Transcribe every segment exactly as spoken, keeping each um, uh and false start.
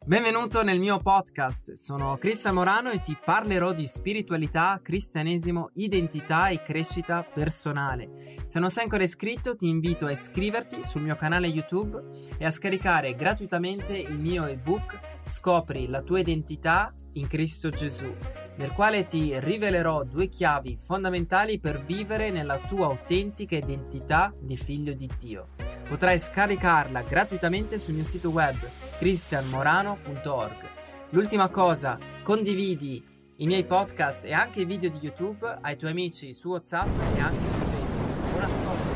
Benvenuto nel mio podcast, sono Cristian Morano e ti parlerò di spiritualità, cristianesimo, identità e crescita personale. Se non sei ancora iscritto ti invito a iscriverti sul mio canale YouTube e a scaricare gratuitamente il mio ebook Scopri la tua identità in Cristo Gesù, nel quale ti rivelerò due chiavi fondamentali per vivere nella tua autentica identità di figlio di Dio. Potrai scaricarla gratuitamente sul mio sito web cristian morano punto org. L'ultima cosa, condividi i miei podcast e anche i video di YouTube ai tuoi amici su WhatsApp e anche su Facebook. Buon ascolto!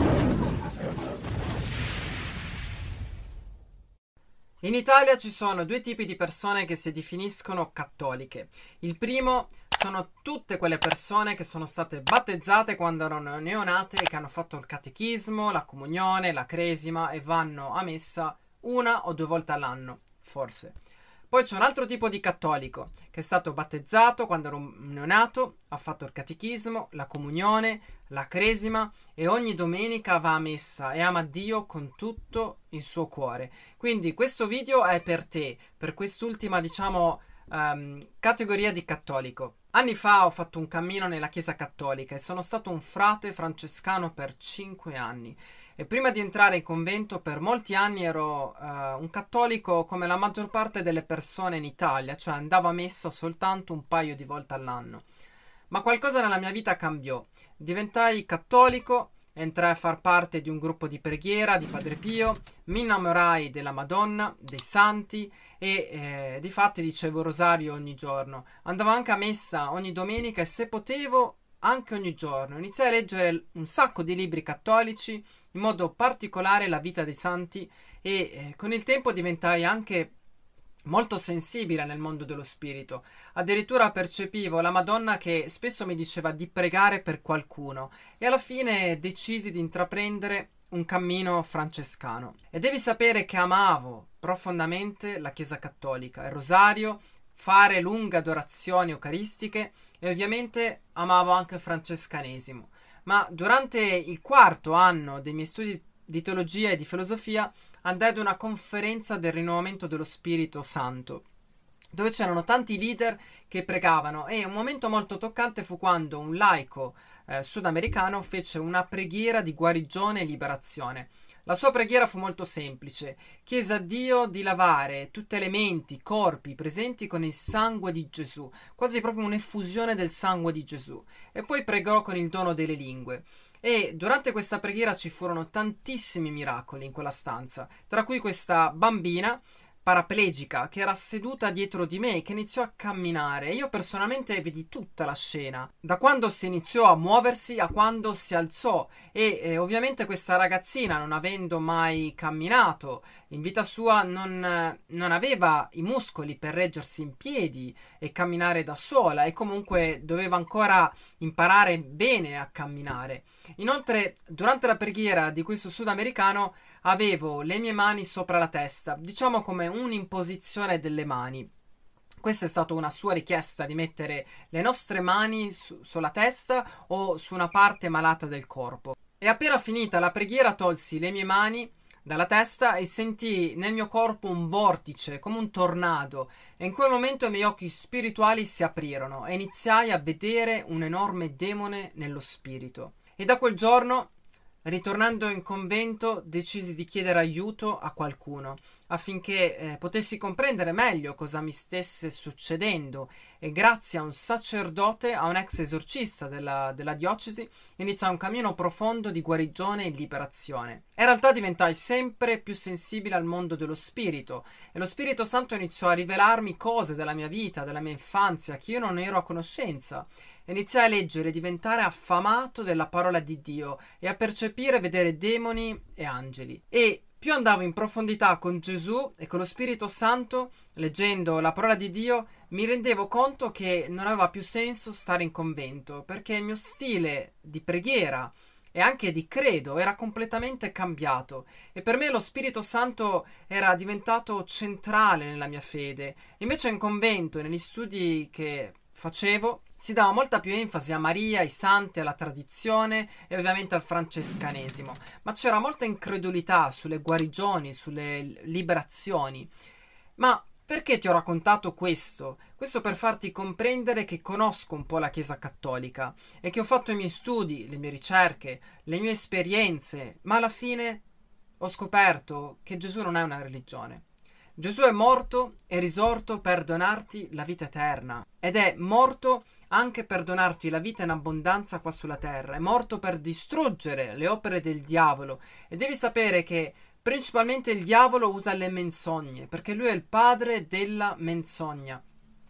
In Italia ci sono due tipi di persone che si definiscono cattoliche. Il primo sono tutte quelle persone che sono state battezzate quando erano neonate e che hanno fatto il catechismo, la comunione, la cresima e vanno a messa una o due volte all'anno, forse. Poi c'è un altro tipo di cattolico che è stato battezzato quando era un neonato, ha fatto il catechismo, la comunione, la cresima e ogni domenica va a messa e ama Dio con tutto il suo cuore. Quindi questo video è per te, per quest'ultima, diciamo, um, categoria di cattolico. Anni fa ho fatto un cammino nella Chiesa Cattolica e sono stato un frate francescano per cinque anni. E prima di entrare in convento per molti anni ero uh, un cattolico come la maggior parte delle persone in Italia, cioè andavo a messa soltanto un paio di volte all'anno. Ma qualcosa nella mia vita cambiò. Diventai cattolico, entrai a far parte di un gruppo di preghiera di Padre Pio, mi innamorai della Madonna, dei santi e eh, difatti dicevo rosario ogni giorno. Andavo anche a messa ogni domenica e se potevo anche ogni giorno. Iniziai a leggere un sacco di libri cattolici, in modo particolare la vita dei santi e eh, con il tempo diventai anche molto sensibile nel mondo dello spirito. Addirittura percepivo la Madonna che spesso mi diceva di pregare per qualcuno e alla fine decisi di intraprendere un cammino francescano. E devi sapere che amavo profondamente la Chiesa Cattolica, il rosario, fare lunghe adorazioni eucaristiche e ovviamente amavo anche il francescanesimo. Ma durante il quarto anno dei miei studi di teologia e di filosofia andai ad una conferenza del rinnovamento dello Spirito Santo, dove c'erano tanti leader che pregavano e un momento molto toccante fu quando un laico eh, sudamericano fece una preghiera di guarigione e liberazione. La sua preghiera fu molto semplice: chiese a Dio di lavare tutte le menti, corpi presenti con il sangue di Gesù, quasi proprio un'effusione del sangue di Gesù, e poi pregò con il dono delle lingue. E durante questa preghiera ci furono tantissimi miracoli in quella stanza, tra cui questa bambina paraplegica che era seduta dietro di me, che iniziò a camminare. Io personalmente vidi tutta la scena, da quando si iniziò a muoversi a quando si alzò e eh, ovviamente questa ragazzina, non avendo mai camminato in vita sua, non, eh, non aveva i muscoli per reggersi in piedi e camminare da sola e comunque doveva ancora imparare bene a camminare. Inoltre, durante la preghiera di questo sudamericano avevo le mie mani sopra la testa, diciamo come un'imposizione delle mani. Questa è stata una sua richiesta, di mettere le nostre mani su, sulla testa o su una parte malata del corpo. E appena finita la preghiera tolsi le mie mani dalla testa e sentii nel mio corpo un vortice, come un tornado, e in quel momento i miei occhi spirituali si aprirono e iniziai a vedere un enorme demone nello spirito. E da quel giorno, ritornando in convento, decisi di chiedere aiuto a qualcuno affinché eh, potessi comprendere meglio cosa mi stesse succedendo e grazie a un sacerdote, a un ex esorcista della, della diocesi, iniziai un cammino profondo di guarigione e liberazione. In realtà diventai sempre più sensibile al mondo dello spirito e lo Spirito Santo iniziò a rivelarmi cose della mia vita, della mia infanzia, che io non ero a conoscenza. Iniziai a leggere e diventare affamato della parola di Dio e a percepire e vedere demoni e angeli. E più andavo in profondità con Gesù e con lo Spirito Santo, leggendo la parola di Dio, mi rendevo conto che non aveva più senso stare in convento, perché il mio stile di preghiera e anche di credo era completamente cambiato e per me lo Spirito Santo era diventato centrale nella mia fede. Invece in convento e negli studi che facevo si dava molta più enfasi a Maria, ai santi, alla tradizione e ovviamente al francescanesimo, ma c'era molta incredulità sulle guarigioni, sulle liberazioni. Ma Perché ti ho raccontato questo? Questo per farti comprendere che conosco un po' la Chiesa Cattolica e che ho fatto i miei studi, le mie ricerche, le mie esperienze, ma alla fine ho scoperto che Gesù non è una religione. Gesù è morto e risorto per donarti la vita eterna ed è morto anche per donarti la vita in abbondanza qua sulla terra. È morto per distruggere le opere del diavolo e devi sapere che principalmente il diavolo usa le menzogne, perché lui è il padre della menzogna.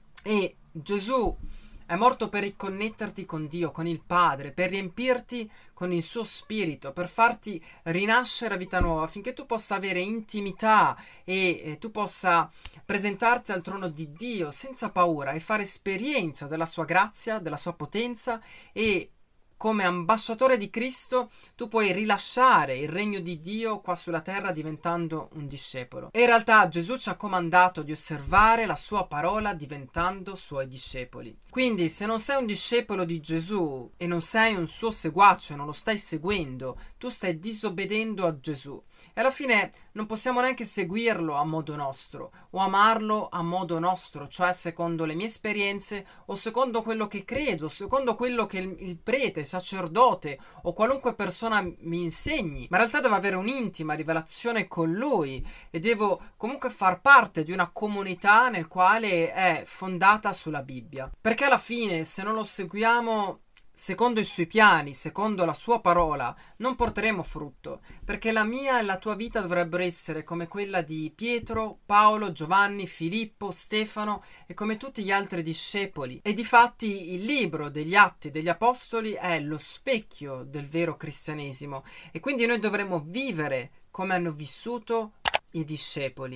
E Gesù è morto per riconnetterti con Dio, con il Padre, per riempirti con il suo spirito, per farti rinascere a vita nuova, affinché tu possa avere intimità e eh, tu possa presentarti al trono di Dio senza paura e fare esperienza della sua grazia, della sua potenza, e come ambasciatore di Cristo tu puoi rilasciare il regno di Dio qua sulla terra diventando un discepolo. E in realtà Gesù ci ha comandato di osservare la sua parola diventando suoi discepoli. Quindi se non sei un discepolo di Gesù e non sei un suo seguace, non lo stai seguendo, tu stai disobbedendo a Gesù. E alla fine non possiamo neanche seguirlo a modo nostro o amarlo a modo nostro, cioè secondo le mie esperienze o secondo quello che credo, secondo quello che il, il prete, il sacerdote o qualunque persona mi insegni. Ma in realtà devo avere un'intima rivelazione con lui e devo comunque far parte di una comunità nel quale è fondata sulla Bibbia. Perché alla fine, se non lo seguiamo secondo i suoi piani, secondo la sua parola, non porteremo frutto, perché la mia e la tua vita dovrebbero essere come quella di Pietro, Paolo, Giovanni, Filippo, Stefano e come tutti gli altri discepoli. E difatti il libro degli Atti degli Apostoli è lo specchio del vero cristianesimo e quindi noi dovremo vivere come hanno vissuto i discepoli.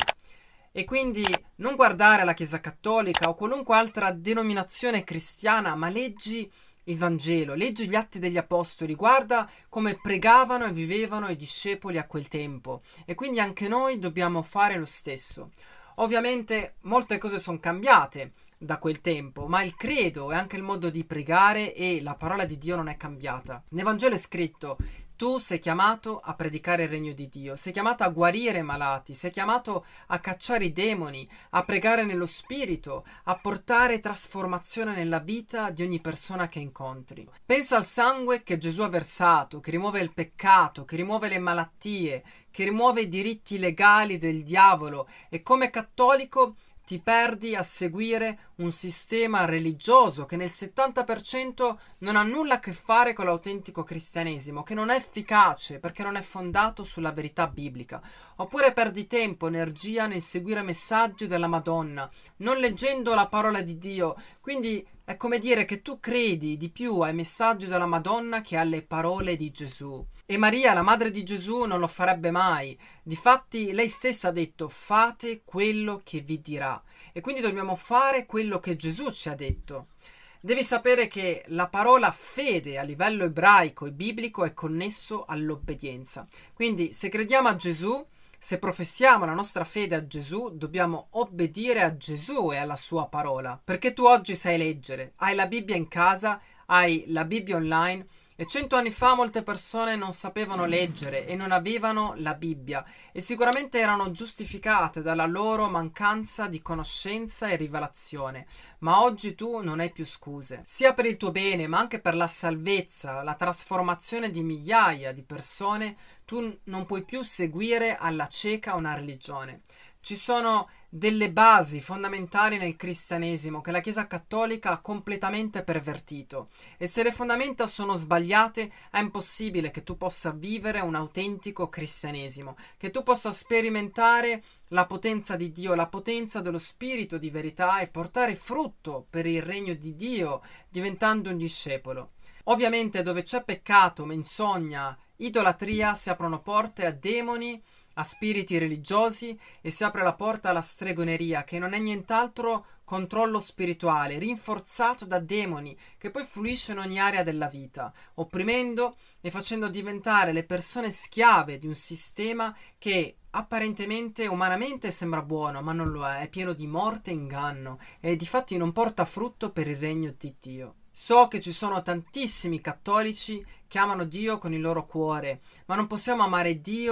E quindi non guardare la Chiesa Cattolica o qualunque altra denominazione cristiana, ma leggi il Vangelo, leggi gli Atti degli Apostoli, guarda come pregavano e vivevano i discepoli a quel tempo e quindi anche noi dobbiamo fare lo stesso. Ovviamente molte cose sono cambiate da quel tempo, ma il credo e anche il modo di pregare e la parola di Dio non è cambiata. Nel Vangelo è scritto: tu sei chiamato a predicare il regno di Dio, sei chiamato a guarire i malati, sei chiamato a cacciare i demoni, a pregare nello spirito, a portare trasformazione nella vita di ogni persona che incontri. Pensa al sangue che Gesù ha versato, che rimuove il peccato, che rimuove le malattie, che rimuove i diritti legali del diavolo, e come cattolico ti perdi a seguire un sistema religioso che nel settanta per cento non ha nulla a che fare con l'autentico cristianesimo, che non è efficace perché non è fondato sulla verità biblica. Oppure perdi tempo, energia nel seguire messaggi della Madonna, non leggendo la parola di Dio. Quindi è come dire che tu credi di più ai messaggi della Madonna che alle parole di Gesù. E Maria, la madre di Gesù, non lo farebbe mai. Difatti lei stessa ha detto: fate quello che vi dirà. E quindi dobbiamo fare quello che Gesù ci ha detto. Devi sapere che la parola fede a livello ebraico e biblico è connesso all'obbedienza. Quindi se crediamo a Gesù, se professiamo la nostra fede a Gesù, dobbiamo obbedire a Gesù e alla sua parola. Perché tu oggi sai leggere, hai la Bibbia in casa, hai la Bibbia online. E cento anni fa molte persone non sapevano leggere e non avevano la Bibbia e sicuramente erano giustificate dalla loro mancanza di conoscenza e rivelazione, ma oggi tu non hai più scuse, sia per il tuo bene ma anche per la salvezza, la trasformazione di migliaia di persone. Tu non puoi più seguire alla cieca una religione. Ci sono delle basi fondamentali nel cristianesimo che la Chiesa Cattolica ha completamente pervertito, e se le fondamenta sono sbagliate è impossibile che tu possa vivere un autentico cristianesimo, che tu possa sperimentare la potenza di Dio, la potenza dello Spirito di verità e portare frutto per il regno di Dio diventando un discepolo. Ovviamente dove c'è peccato, menzogna, idolatria, si aprono porte a demoni, a spiriti religiosi, e si apre la porta alla stregoneria, che non è nient'altro controllo spirituale rinforzato da demoni che poi fluisce in ogni area della vita, opprimendo e facendo diventare le persone schiave di un sistema che apparentemente, umanamente sembra buono, ma non lo è, è pieno di morte e inganno e difatti non porta frutto per il regno di Dio. So che ci sono tantissimi cattolici che amano Dio con il loro cuore, ma non possiamo amare Dio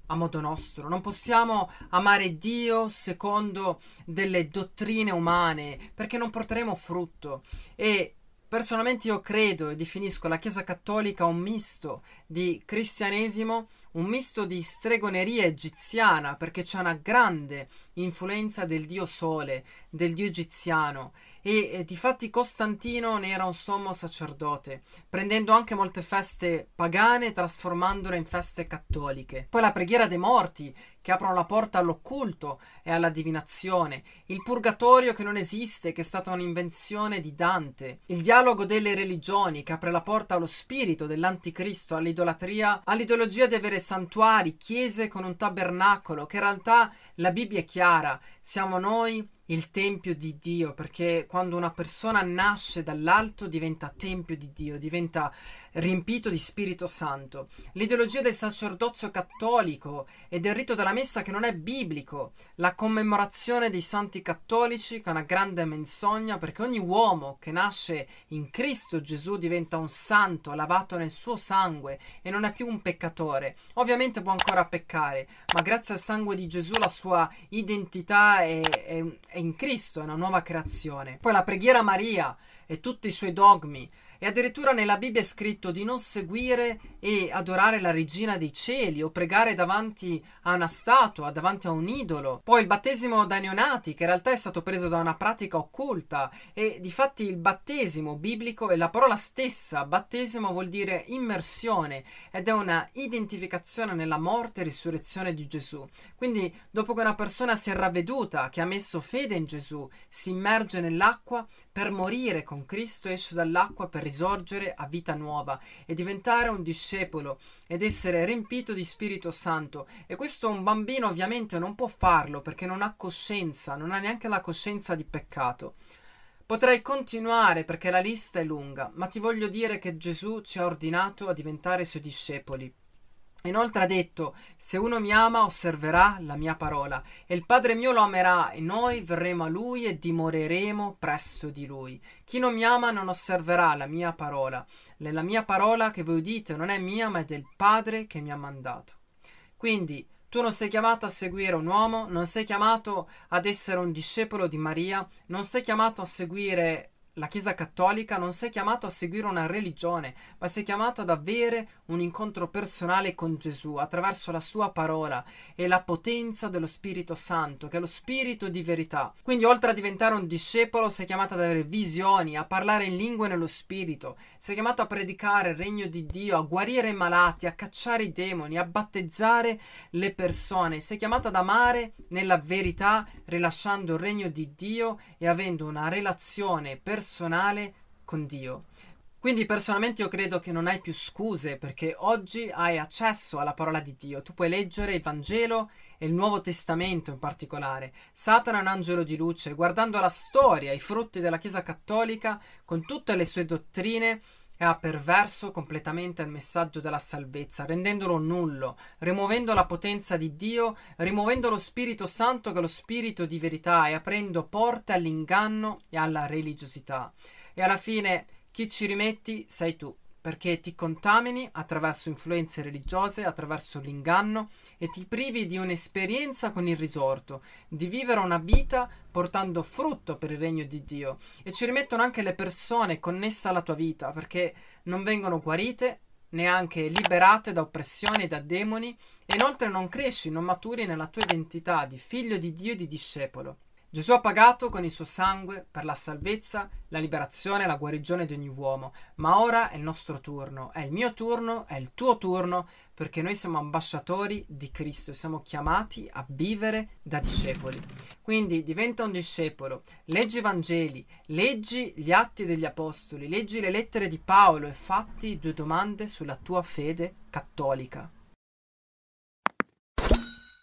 a modo nostro, non possiamo amare Dio secondo delle dottrine umane, perché non porteremo frutto. E personalmente io credo e definisco la Chiesa Cattolica un misto di cristianesimo, un misto di stregoneria egiziana, perché c'è una grande influenza del dio Sole, del dio egiziano, e, e difatti Costantino ne era un sommo sacerdote, prendendo anche molte feste pagane e trasformandole in feste cattoliche. Poi la preghiera dei morti, che aprono la porta all'occulto e alla divinazione, il purgatorio che non esiste, che è stata un'invenzione di Dante, il dialogo delle religioni, che apre la porta allo spirito dell'anticristo, all'idolatria, all'ideologia di avere santuari, chiese con un tabernacolo, che in realtà la Bibbia è chiara, siamo noi il tempio di Dio, perché quando una persona nasce dall'alto diventa tempio di Dio, diventa riempito di Spirito Santo. L'ideologia del sacerdozio cattolico e del rito della messa che non è biblico, la commemorazione dei santi cattolici che è una grande menzogna, perché ogni uomo che nasce in Cristo Gesù diventa un santo lavato nel suo sangue e non è più un peccatore. Ovviamente può ancora peccare, ma grazie al sangue di Gesù la sua identità è, è, è in Cristo, è una nuova creazione. Poi la preghiera a Maria e tutti i suoi dogmi. E addirittura nella Bibbia è scritto di non seguire e adorare la regina dei cieli o pregare davanti a una statua, davanti a un idolo. Poi il battesimo da neonati, che in realtà è stato preso da una pratica occulta, e difatti il battesimo biblico è la parola stessa. Battesimo vuol dire immersione ed è una identificazione nella morte e risurrezione di Gesù. Quindi dopo che una persona si è ravveduta, che ha messo fede in Gesù, si immerge nell'acqua per morire con Cristo, esce dall'acqua per risorgere a vita nuova e diventare un discepolo ed essere riempito di Spirito Santo. E questo un bambino ovviamente non può farlo perché non ha coscienza, non ha neanche la coscienza di peccato. Potrei continuare perché la lista è lunga, ma ti voglio dire che Gesù ci ha ordinato a diventare i suoi discepoli. Inoltre ha detto: se uno mi ama osserverà la mia parola e il Padre mio lo amerà e noi verremo a lui e dimoreremo presso di lui. Chi non mi ama non osserverà la mia parola. La mia parola che voi udite non è mia ma è del Padre che mi ha mandato. Quindi tu non sei chiamato a seguire un uomo, non sei chiamato ad essere un discepolo di Maria, non sei chiamato a seguire la Chiesa Cattolica, non sei chiamato a seguire una religione, ma sei chiamato ad avere un incontro personale con Gesù attraverso la sua parola e la potenza dello Spirito Santo, che è lo Spirito di verità. Quindi oltre a diventare un discepolo sei chiamato ad avere visioni, a parlare in lingue nello Spirito, sei chiamato a predicare il regno di Dio, a guarire i malati, a cacciare i demoni, a battezzare le persone, sei chiamato ad amare nella verità, rilasciando il regno di Dio e avendo una relazione personale personale con Dio. Quindi personalmente io credo che non hai più scuse, perché oggi hai accesso alla parola di Dio. Tu puoi leggere il Vangelo e il Nuovo Testamento in particolare. Satana è un angelo di luce. Guardando la storia, i frutti della Chiesa Cattolica con tutte le sue dottrine, ha perverso completamente il messaggio della salvezza, rendendolo nullo, rimuovendo la potenza di Dio, rimuovendo lo Spirito Santo che è lo Spirito di verità e aprendo porte all'inganno e alla religiosità. E alla fine chi ci rimetti sei tu, perché ti contamini attraverso influenze religiose, attraverso l'inganno e ti privi di un'esperienza con il risorto, di vivere una vita portando frutto per il regno di Dio. E ci rimettono anche le persone connesse alla tua vita, perché non vengono guarite, neanche liberate da oppressioni e da demoni, e inoltre non cresci, non maturi nella tua identità di figlio di Dio e di discepolo. Gesù ha pagato con il suo sangue per la salvezza, la liberazione e la guarigione di ogni uomo, ma ora è il nostro turno, è il mio turno, è il tuo turno, perché noi siamo ambasciatori di Cristo e siamo chiamati a vivere da discepoli. Quindi diventa un discepolo, leggi i Vangeli, leggi gli Atti degli Apostoli, leggi le lettere di Paolo e fatti due domande sulla tua fede cattolica.